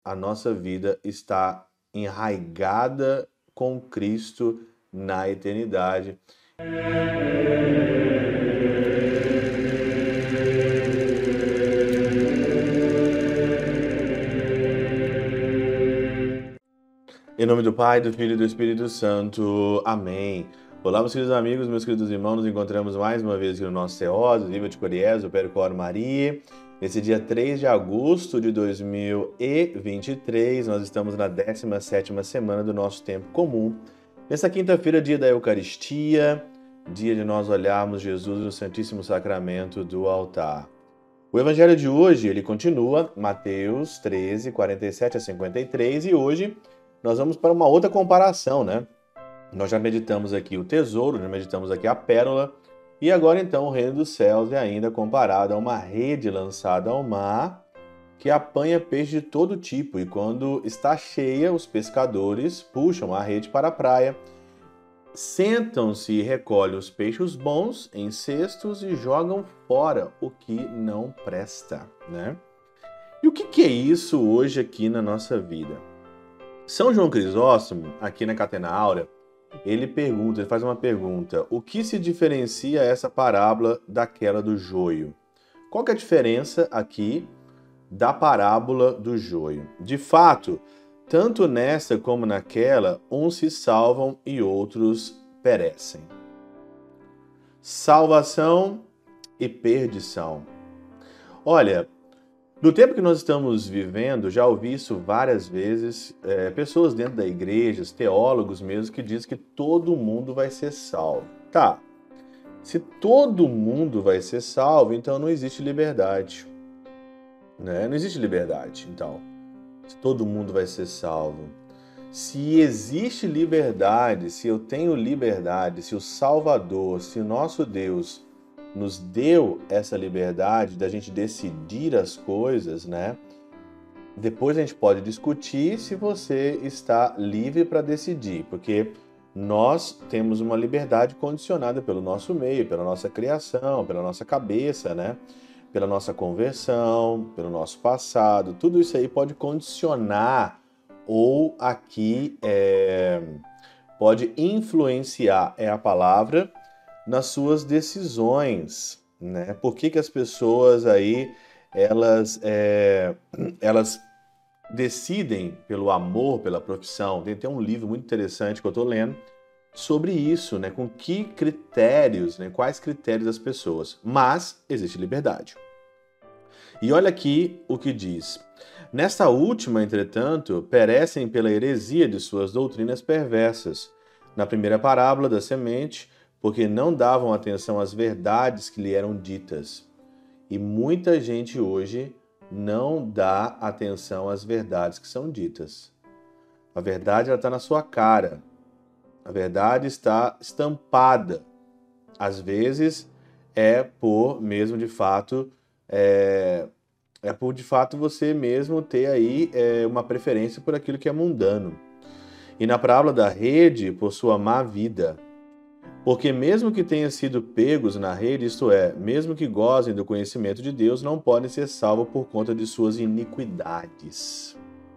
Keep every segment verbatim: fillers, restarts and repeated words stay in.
a nossa vida está enraigada com Cristo na eternidade. Em nome do Pai, do Filho e do Espírito Santo. Amém. Olá, meus queridos amigos, meus queridos irmãos, nos encontramos mais uma vez aqui no nosso Teóso, Viva de Coriés, o Percor Maria. Nesse dia três de agosto de dois mil e vinte e três, nós estamos na décima sétima semana do nosso tempo comum. Nessa quinta-feira, dia da Eucaristia, dia de nós olharmos Jesus no Santíssimo Sacramento do altar. O evangelho de hoje, ele continua, Mateus treze, quarenta e sete a cinquenta e três, e hoje nós vamos para uma outra comparação, né? Nós já meditamos aqui o tesouro, já meditamos aqui a pérola, e agora então o reino dos céus é ainda comparado a uma rede lançada ao mar que apanha peixe de todo tipo, e quando está cheia, os pescadores puxam a rede para a praia, sentam-se e recolhem os peixes bons em cestos e jogam fora o que não presta, né? E o que é isso hoje aqui na nossa vida? São João Crisóstomo, aqui na Catena Áurea, ele pergunta, ele faz uma pergunta: o que se diferencia essa parábola daquela do joio? Qual que é a diferença aqui da parábola do joio? De fato, tanto nessa como naquela, uns se salvam e outros perecem. Salvação e perdição. Olha, no tempo que nós estamos vivendo, já ouvi isso várias vezes, é, pessoas dentro da igreja, teólogos mesmo, que dizem que todo mundo vai ser salvo. Tá, se todo mundo vai ser salvo, então não existe liberdade. Né? Não existe liberdade, então, se todo mundo vai ser salvo. Se existe liberdade, se eu tenho liberdade, se o Salvador, se o nosso Deus nos deu essa liberdade da gente decidir as coisas, né? Depois a gente pode discutir se você está livre para decidir, porque nós temos uma liberdade condicionada pelo nosso meio, pela nossa criação, pela nossa cabeça, né? Pela nossa conversão, pelo nosso passado. Tudo isso aí pode condicionar ou aqui é, pode influenciar, é a palavra, nas suas decisões, né? Por que que as pessoas aí, elas, é, elas decidem pelo amor, pela profissão? Tem até um livro muito interessante que eu estou lendo sobre isso, né? Com que critérios, né? Quais critérios das pessoas? Mas existe liberdade. E olha aqui o que diz: nesta última, entretanto, perecem pela heresia de suas doutrinas perversas. Na primeira parábola da semente, porque não davam atenção às verdades que lhe eram ditas. E muita gente hoje não dá atenção às verdades que são ditas. A verdade está na sua cara. A verdade está estampada. Às vezes é por mesmo de fato, é, é por de fato você mesmo ter aí é, uma preferência por aquilo que é mundano. E na parábola da rede, por sua má vida. Porque mesmo que tenham sido pegos na rede, isto é, mesmo que gozem do conhecimento de Deus, não podem ser salvos por conta de suas iniquidades.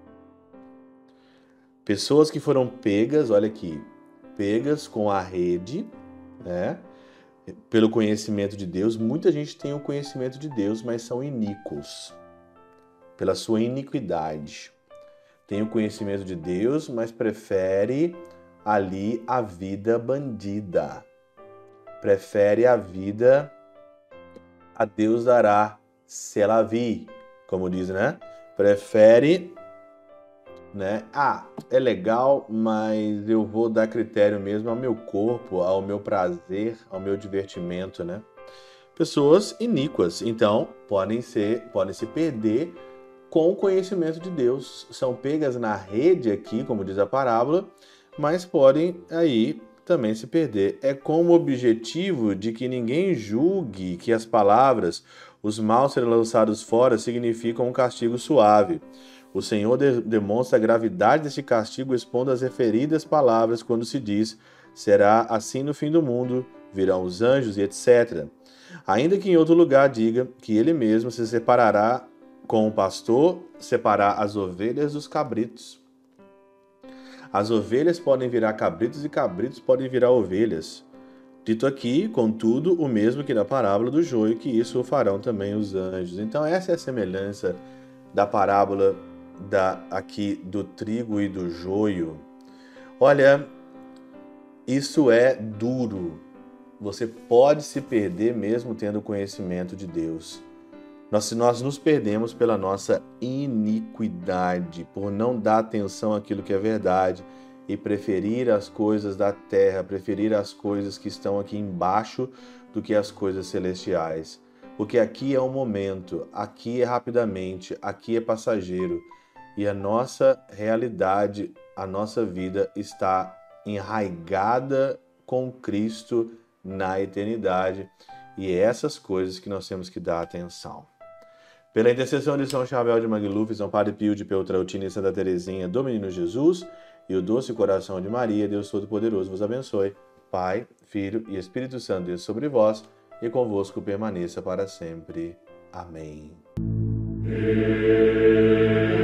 Pessoas que foram pegas, olha aqui, pegas com a rede, né, pelo conhecimento de Deus. Muita gente tem o conhecimento de Deus, mas são iníquos, pela sua iniquidade. Tem o conhecimento de Deus, mas prefere ali a vida bandida. Prefere a vida a Deus dará, se la vie, como diz, né? Prefere, né? Ah, é legal, mas eu vou dar critério mesmo ao meu corpo, ao meu prazer, ao meu divertimento, né? Pessoas iníquas, então, podem ser, podem se perder com o conhecimento de Deus. São pegas na rede aqui, como diz a parábola, mas podem aí também se perder. É com o objetivo de que ninguém julgue que as palavras, os maus serem lançados fora, significam um castigo suave. O Senhor de- demonstra a gravidade deste castigo expondo as referidas palavras quando se diz: será assim no fim do mundo, virão os anjos e etcétera. Ainda que em outro lugar diga que ele mesmo se separará com o pastor separar as ovelhas dos cabritos. As ovelhas podem virar cabritos e cabritos podem virar ovelhas. Dito aqui, contudo, o mesmo que na parábola do joio, que isso o farão também os anjos. Então essa é a semelhança da parábola da, aqui do trigo e do joio. Olha, isso é duro. Você pode se perder mesmo tendo conhecimento de Deus. Nós, nós nos perdemos pela nossa iniquidade, por não dar atenção àquilo que é verdade e preferir as coisas da terra, preferir as coisas que estão aqui embaixo do que as coisas celestiais. Porque aqui é um momento, aqui é rapidamente, aqui é passageiro e a nossa realidade, a nossa vida está enraigada com Cristo na eternidade e é essas coisas que nós temos que dar atenção. Pela intercessão de São Chabel de Mangluf, São Padre Pio de Peltrautina e Santa Teresinha do Menino Jesus e o doce coração de Maria, Deus Todo-Poderoso vos abençoe. Pai, Filho e Espírito Santo, Deus sobre vós e convosco permaneça para sempre. Amém.